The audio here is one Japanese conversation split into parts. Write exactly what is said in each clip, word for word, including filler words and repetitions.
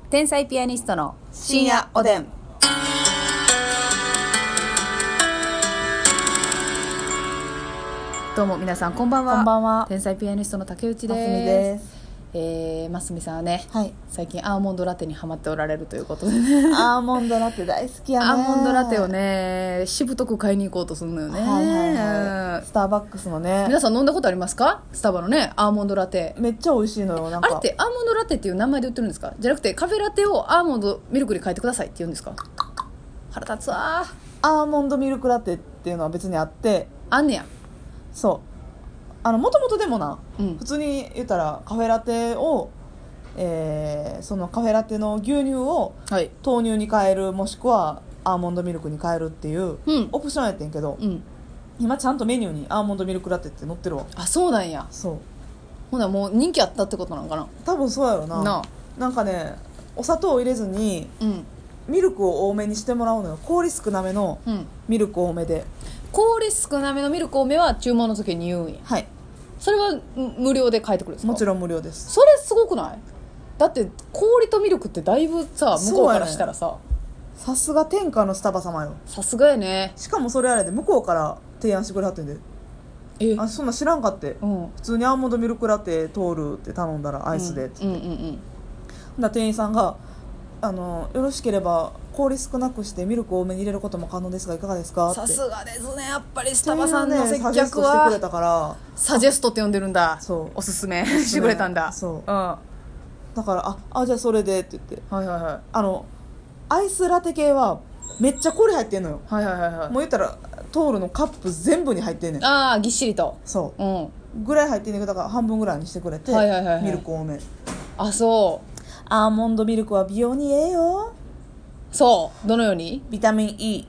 天才ピアニストの深夜おでん。 どうも皆さんこんばんは。 こんばんは。 天才ピアニストの竹内です。 ますみです。 えー、ますみさんはね、 はい、 最近アーモンドラテにハマっておられるということでねアーモンドラテ大好きやね。 アーモンドラテをねしぶとく買いに行こうとするのよね。 はいはいはい、スターバックスのね。 皆さん飲んだことありますか？スタバのねアーモンドラテめっちゃ美味しいのよ。なんかあれってアーモンドラテっていう名前で売ってるんですか？じゃなくてカフェラテをアーモンドミルクに変えてくださいって言うんですか？腹立つわ。 アーモンドミルクラテっていうのは別にあって、 あんねや。 そうあのもともとでもな、 うん、 普通に言ったらカフェラテを、えー、そのカフェラテの牛乳を豆乳に変える、もしくはアーモンドミルクに変えるっていうオプションやってんけど、 うん、 今ちゃんとメニューにアーモンドミルクラテって載ってるわ。 あ、そうなんや。 そうほなもう人気あったってことなのかな。 多分そうやろな。 ななんかね、お砂糖を入れずに、うん、ミルクを多めにしてもらうのよ。氷少なめのミルク多めで、うん、 氷少なめのミルク多めは注文の時に言うんや。 はい。 それは無料で買えてくるんですか？ もちろん無料です。 それすごくない？だって氷とミルクってだいぶさ、向こうからしたらさ、 さすが天下のスタバ様よ。 さすがやね。 しかもそれあれで向こうから提案してくれはってんで。えあそんな知らんかって、うん、普通にアーモンドミルクラテ通るって頼んだらアイスでって、うんうんうんうん、だ店員さんがあのよろしければ氷少なくしてミルク多めに入れることも可能ですがいかがですかって。 さすがですね。やっぱりスタバさんの接客は、 ね、サジェストしてくれたから。 サジェストって呼んでるんだ。 そうおすすめしてくれたんだ。 そう、 うん、 だからああじゃあそれでって言って、 はいはいはい、あのアイスラテ系はめっちゃ氷入ってんのよ。 はいはいはいはい、 もう言ったらトールのカップ全部に入ってんねん。 ああぎっしりと。 そう、 うん、 ぐらい入ってんねんけど、だから半分ぐらいにしてくれて、はいはいはいはい、ミルク多め。 あ、そうアーモンドミルクは美容にええよ。 そう。どのように？ ビタミン E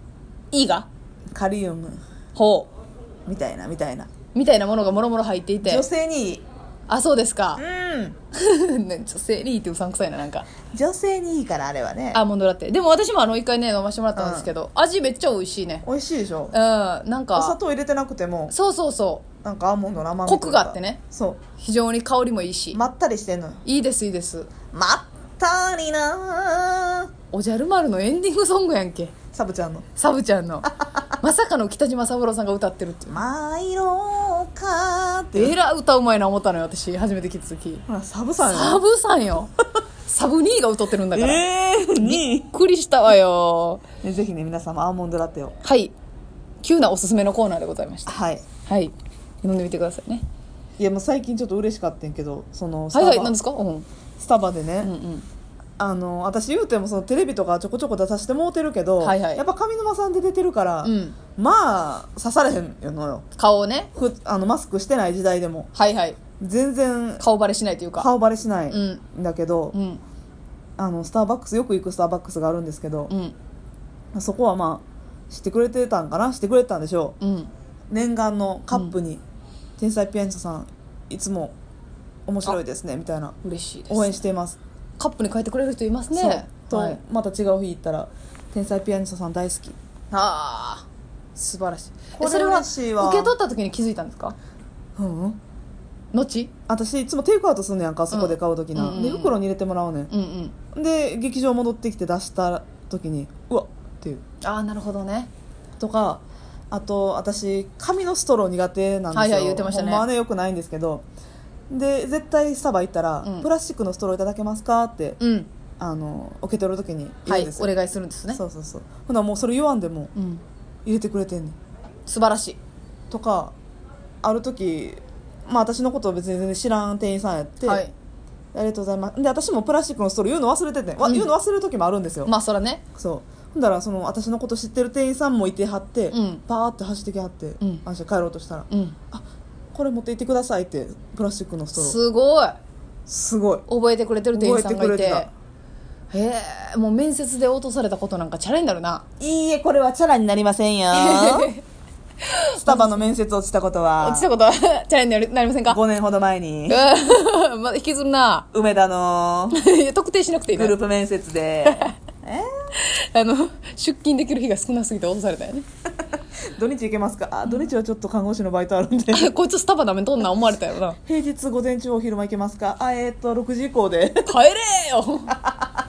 E がカリウムほうみたいなみたいなみたいなものがもろもろ入っていて、 女性にいい。 あ、そうですか。 うん、 ね、女性にいいってうさんくさいな。なんか女性にいいからあれはね。 アーモンドラテでも私もあの一回ね飲ませてもらったんですけど、うん、味めっちゃ美味しいね。 美味しいでしょ。 うん、なんかお砂糖入れてなくても、 そうそうそうなんかアーモンドの甘みコクがあってね。 そう非常に香りもいいしまったりしてんのよ。 いいですいいです。 まったりなおじゃる丸のエンディングソングやんけ。 サブちゃんのサブちゃんのまさかの北島三郎さんが歌ってるっていう。 参ろうかってえらい歌うまいな思ったのよ私初めて聞いた時。 ほらサブさんよ。 サブさんよサブにーが歌ってるんだから。 えー、にびっくりしたわよ、 ね、ぜひね皆様アーモンドラテを。 はい、急なおすすめのコーナーでございました。 はいはい飲んでみてくださいね。 いやもう最近ちょっと嬉しかったんやけど、そのスタバ、 はいはい何ですか、うん、 スタバでね、うんうん、あの私言うてもそのテレビとかちょこちょこ出させてもうてるけど、はいはい、やっぱ上沼さんで出てるから、うん、まあ刺されへんのよ顔をね。 ふあのマスクしてない時代でも、 はいはい、 全然顔バレしないというか顔バレしないんだけど、 うん、 あのスターバックスよく行くスターバックスがあるんですけど、うん、そこはまあ知ってくれてたんかな、知ってくれてたんでしょう、うん、念願のカップに、うん、天才ピアニストさんいつも面白いですねみたいな、 嬉しいです、 応援しています。 カップに変えてくれる人いますね。 と、 はい、 また違う日行ったら天才ピアニストさん大好き。 ああ素晴らしい。 これ嬉しいわ。 受け取った時に気づいたんですか？ うん、うん、 後私いつもテイクアウトすんねやんか、そこで買う時な、うんうんうん、で袋に入れてもらうねん、うんうん、で劇場戻ってきて出した時にうわっていう。 ああなるほどね。 とかあと私紙のストロー苦手なんですよ。 はいはい言ってましたね。 ほんまはねよくないんですけど、で絶対スタバ行ったら、うん、プラスチックのストローいただけますかって、うん、あの受け取る時に言うんですよ。 はい、お願いするんですね。 そうそうそう。ほなもうそれ言わんでも、うん、入れてくれてんねん。 素晴らしい。 とかある時、まあ私のことを別に全然知らん店員さんやって、はい、ありがとうございます。で私もプラスチックのストロー言うの忘れてて、うん、言うの忘れる時もあるんですよ。 まあそらね。 そうほんだらその私のこと知ってる店員さんもいてはって、うん、パーって走ってきはって、うん、私帰ろうとしたら、うん、あこれ持って行ってくださいってプラスチックのストロー。 すごいすごい覚えてくれてる店員さんがいて。へえ、もう面接で落とされたことなんかチャラになるな。 いいえこれはチャラになりませんよスタバの面接落ちたことは落ちたことはチャラになりませんか？ ごねんほど前にまだ引きずるな。 梅田の特定しなくていいなグループ面接でえー、あの出勤できる日が少なすぎて落とされたよね土日行けますか？あ土日はちょっと看護師のバイトあるんでこいつスタバダメとんな思われたよな。 平日午前中お昼間行けますか？あえー、っとろくじ以降で帰れよ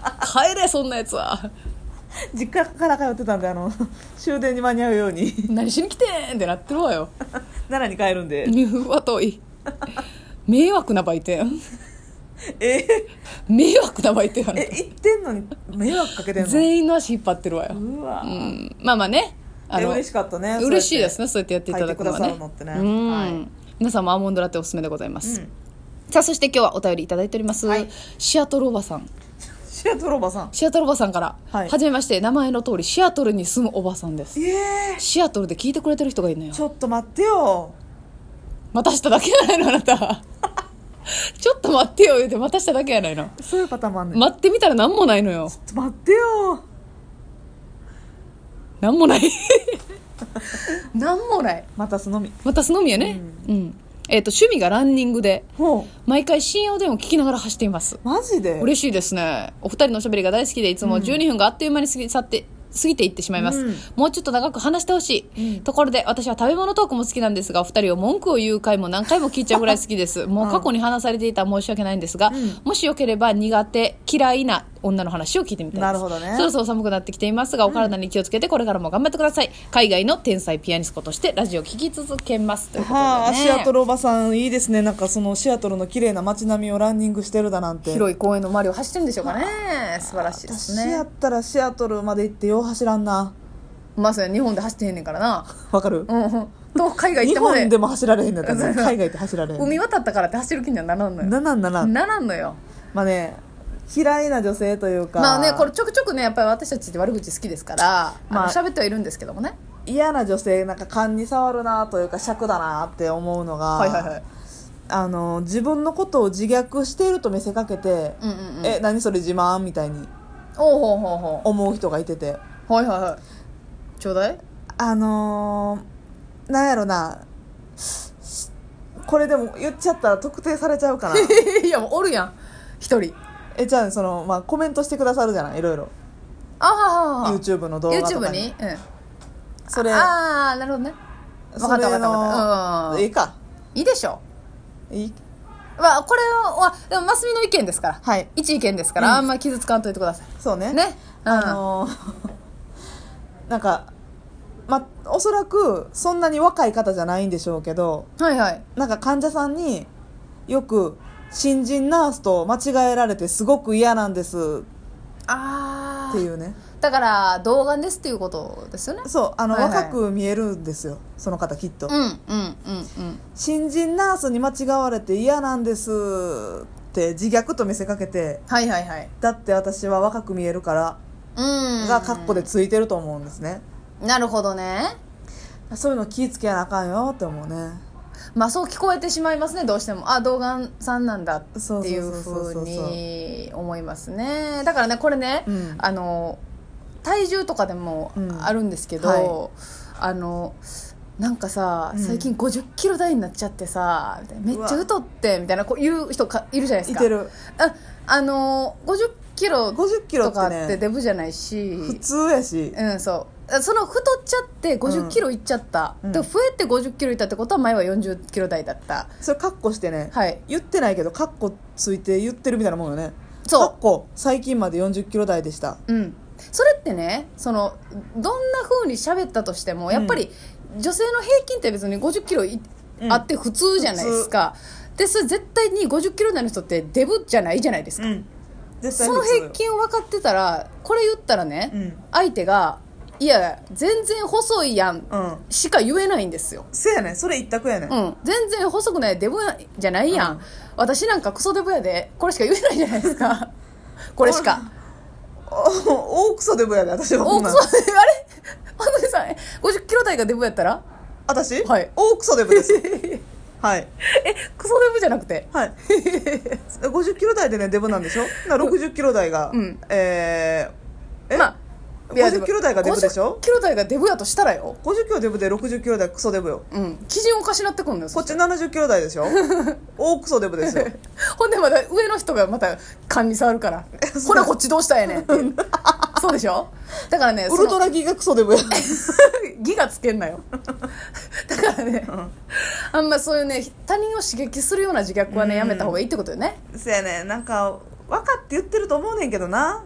でそんなやつは。 実家から通ってたんで、あの終電に間に合うように何しに来てんってなってるわよ。 奈良に帰るんで。 うわ遠い。迷惑なバイトやん。 え迷惑なバイトやん。 え行ってんのに迷惑かけてんの。 全員の足引っ張ってるわよ。 うわ、 うん、まあまあね、あの嬉しかったね。 嬉しいですね、そうやってやっていただくのはね。 書いてくださるのってね、 うん、 はい、 皆さんもアーモンドラテおすすめでございます、 うん、 さあそして今日はお便りいただいております、はい、シアトルおばさん。 シアトルおばさんシアトルおばさんから、はい、はじめまして、名前の通りシアトルに住むおばさんです。シアトルで聞いてくれてる人がいるのよ。 ちょっと待ってよ、 またしただけじゃないのあなた。ちょっと待ってよ言うてまたしただけやないの。 そういうパターンもあんねん。 待ってみたら何もないのよ。 ちょっと待ってよ、 何もない。何もない。 またすのみまたすのみやね、うん、うん、えー、と趣味がランニングで毎回深夜おでんを聞きながら走っています。 マジで嬉しいですね。お二人のおしゃべりが大好きで、いつもじゅうにふんがあっという間に過ぎ去って過ぎていってしまいます、うん、もうちょっと長く話してほしい、うん、ところで私は食べ物トークも好きなんですが、お二人を文句を言う回も何回も聞いちゃうぐらい好きです。もう過去に話されていたら申し訳ないんですが、うん、もしよければ苦手嫌いな女の話を聞いてみたいです。 なるほどね。 そろそろ寒くなってきていますが、お体に気をつけてこれからも頑張ってください。海外の天才ピアニストとしてラジオ聞き続けますということで、ね、 はあ、シアトルおばさんいいですね。なんかそのシアトルの綺麗な街並みをランニングしてるだなんて。 広い公園の周りを走ってるんでしょうかね。素晴らしいですね。 私やったらシアトルまで行ってよう走らんな。 まあそれ日本で走ってへんねんからな。 わかる、 うんうん、と海外行ってもね、 日本でも走られへんだったら海外って走られへん。 海渡ったからって走る気にはならんのよ。 ならんならんならんのよ。 まあね、嫌いな女性というか、 まあね、これちょくちょくねやっぱり私たちって悪口好きですから、まあ喋ってはいるんですけどもね。 嫌な女性、なんか勘に触るなというか尺だなって思うのが、はいはいはい、あの自分のことを自虐していると見せかけて、うんうんうん、え何それ自慢みたいに思う人がいてて、 はいはいはい、ちょうだい。 あのー、なんやろな、これでも言っちゃったら特定されちゃうかな。 いやもうおるやん一人。 えじゃあその、まあ、コメントしてくださるじゃない、いろいろ。 あはは YouTube の動画とかに YouTube に、うん、 それ、 ああなるほどね。分かった分かった分かった。 いいか、 いいでしょ。いい、まあ、これはでもマスミの意見ですから、はい、一意見ですから、うん、あんまり傷つかんといてください。 そうね、 ね、うん、 あのー、なんかまあ、おそらくそんなに若い方じゃないんでしょうけど、はいはい、なんか患者さんによく新人ナースと間違えられてすごく嫌なんですあっていうね。 だから童顔ですっていうことですよね。 そうあの、はいはい、若く見えるんですよその方きっと、 うんうんうんうん、 新人ナースに間違われて嫌なんですって自虐と見せかけて、 はいはいはい、 だって私は若く見えるからうんがカッコでついてると思うんですね。 なるほどね。 そういうの気ぃつけなあかんよって思うね。 まあそう聞こえてしまいますね、どうしても。あ、童顔さんなんだっていうふうに思いますね。だからねこれね、うん、あの体重とかでもあるんですけど、うんはい、あのなんかさ、最近ごじゅっキロ台になっちゃってさ、めっちゃ太ってみたいなこう言う人かいるじゃないですか。 いてる。 あ、あのごじゅっキロとかってデブじゃないし、 普通やし、 うん、そうその太っちゃってごじゅっキロいっちゃった、うん、で増えてごじゅっキロいったってことは前はよんじゅっキロ台だった。 それカッコしてね、 はい、 言ってないけどカッコついて言ってるみたいなもんよね。 そうカッコ最近までよんじゅっキロ台でした。 うん、それってね、そのどんな風に喋ったとしてもやっぱり女性の平均って別にごじゅっキロい、うん、あって普通じゃないですか。でそれ絶対にごじゅっキロ台の人ってデブじゃないじゃないですか、うん、その平均を分かってたらこれ言ったらね、うん、相手がいや全然細いやん、うん、しか言えないんですよ。 せやねん、それ一択やねん、 うん、全然細くないデブじゃないやん、うん、私なんかクソデブやで、これしか言えないじゃないですか。これしか大クソデブやで私は。 大クソデブあれ本当にさごじゅっキロ台がデブやったら私、 はい、 大クソデブですはい、 えクソデブじゃなくて、 はい、ごじゅっキロ台でねデブなんでしょ。ろくじゅっキロ台が、うん、えー、え、まあ、ごじゅっキロ台がデブでしょ。 ごじゅっキロ台がデブやとしたらよ、 ごじゅっキロデブでろくじゅっキロ台クソデブよ、 うん、基準おかしなってくるんです。 こっちななじゅっキロ台でしょ。大クソデブですよ。 ほんでまだ上の人がまた勘に触るからこれはこっちどうしたんやねんっていうそうでしょ。だからねウルトラギガクソデブやギガつけんなよだからね、うん、あんまそういうね他人を刺激するような自虐はね、うん、やめた方がいいってことよね。 そうやね、なんか分かって言ってると思うねんけどな。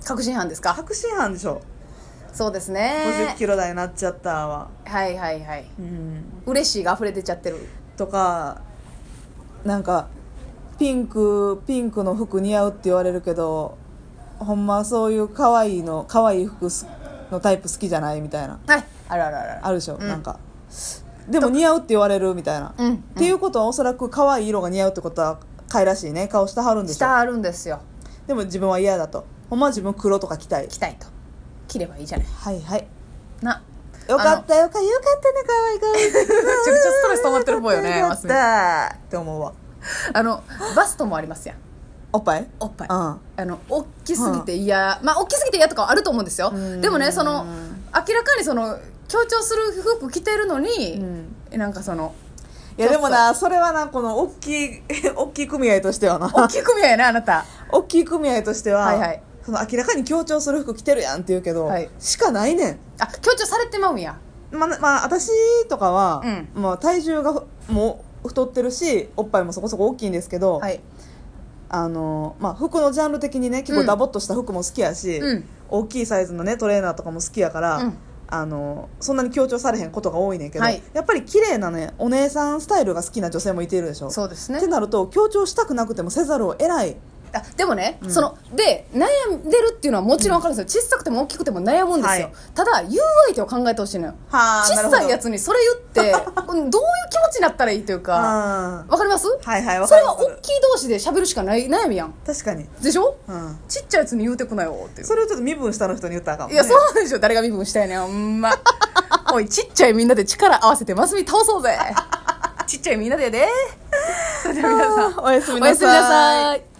確信犯ですか？ 確信犯でしょ。 そうですごじゅっね。 キロ台になっちゃったわ。 はいはいはい、 うん、 嬉しいが溢れ出ちゃってるとか、なんかピンクピンクの服似合うって言われるけど、ほんまそういう可愛いの可愛い服のタイプ好きじゃないみたいな、 はい、あるあるあるあるでしょ、 うん、 なんかでも似合うって言われるみたいな、 うん、 っていうことはおそらく可愛い色が似合うってことは可愛らしいね顔してはるんでしょ。 下あるんですよ。 でも自分は嫌だと。ほんまは自分黒とか着たい着たいと。着ればいいじゃない。 はいはい、 な、 よかったよかよかったね可愛い顔めちゃくちゃストレス溜まってる方よね。 よかったって思うわ。 あのバストもありますやん。 おっぱいおっぱい、 うん、 あの大きすぎて嫌、うん、まあ大きすぎて嫌とかはあると思うんですよ。でもね、その明らかにその強調する服着てるのに、うん、なんかそのいやでもな、それはな、この大きい大きい組合としてはな、 大きい組合やなあなた。 大きい組合としては、 はいはい、 その明らかに強調する服着てるやんって言うけど、 はい、 しかないねん。 あ、強調されてまうんや。 まあ、まあ、私とかは、うん、まあ、体重がもう太ってるしおっぱいもそこそこ大きいんですけど、はい、あのまあ、服のジャンル的にね結構ダボっとした服も好きやし、うん、大きいサイズの、ね、トレーナーとかも好きやから、うん、あのそんなに強調されへんことが多いねんけど、はい、やっぱり綺麗なねお姉さんスタイルが好きな女性もいているでしょ。 そうですね。 ってなると強調したくなくてもせざるを得ない。 あでもね、うん、そので悩んでるっていうのはもちろん分かるんですよ、うん、小さくても大きくても悩むんですよ、はい、ただ言う相手を考えてほしいのよ。小さいやつにそれ言ってどういう気持ちになったらいいというか分かります？ はいはい、分かる。 それは大きい同士で喋るしかない悩みやん。 確かにでしょ、 うん、 ちっちゃいやつに言うてくなよっていう。 それをちょっと身分下の人に言ったらあかんもんね。 いやそうでしょ、誰が身分下やねんほんまおいちっちゃいみんなで力合わせてマスミ倒そうぜちっちゃいみんなでやで。それでは皆さんおやすみなさい。 おやすみなさい。